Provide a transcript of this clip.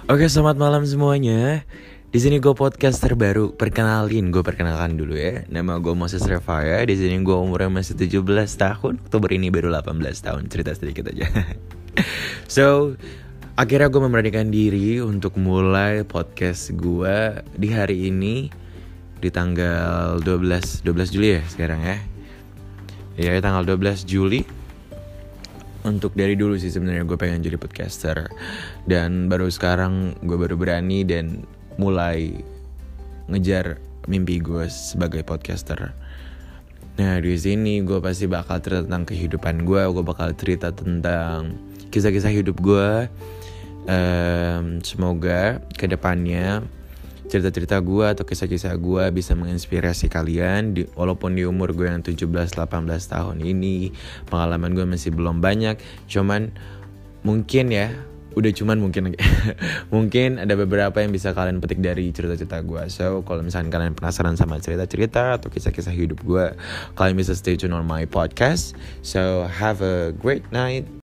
Oke, selamat malam semuanya. Di sini gue podcast terbaru. Perkenalkan dulu ya. Nama gue Moses Revaya. Di sini gue umurnya masih 17 tahun. Oktober ini baru 18 tahun. Cerita sedikit aja. So, akhirnya gue memberanikan diri untuk mulai podcast gue di hari ini, di tanggal 12 Juli ya sekarang ya. Ya, tanggal 12 Juli. Untuk dari dulu sih sebenarnya gue pengen jadi podcaster, dan baru sekarang gue baru berani dan mulai ngejar mimpi gue sebagai podcaster. Nah, di sini gue pasti bakal cerita tentang kehidupan gue bakal cerita tentang kisah-kisah hidup gue. Semoga kedepannya cerita-cerita gue atau kisah-kisah gue bisa menginspirasi kalian walaupun di umur gue yang 17-18 tahun ini pengalaman gue masih belum banyak. Cuman mungkin mungkin ada beberapa yang bisa kalian petik dari cerita-cerita gue. So kalau misalnya kalian penasaran sama cerita-cerita atau kisah-kisah hidup gue, kalian bisa stay tune on my podcast. So have a great night.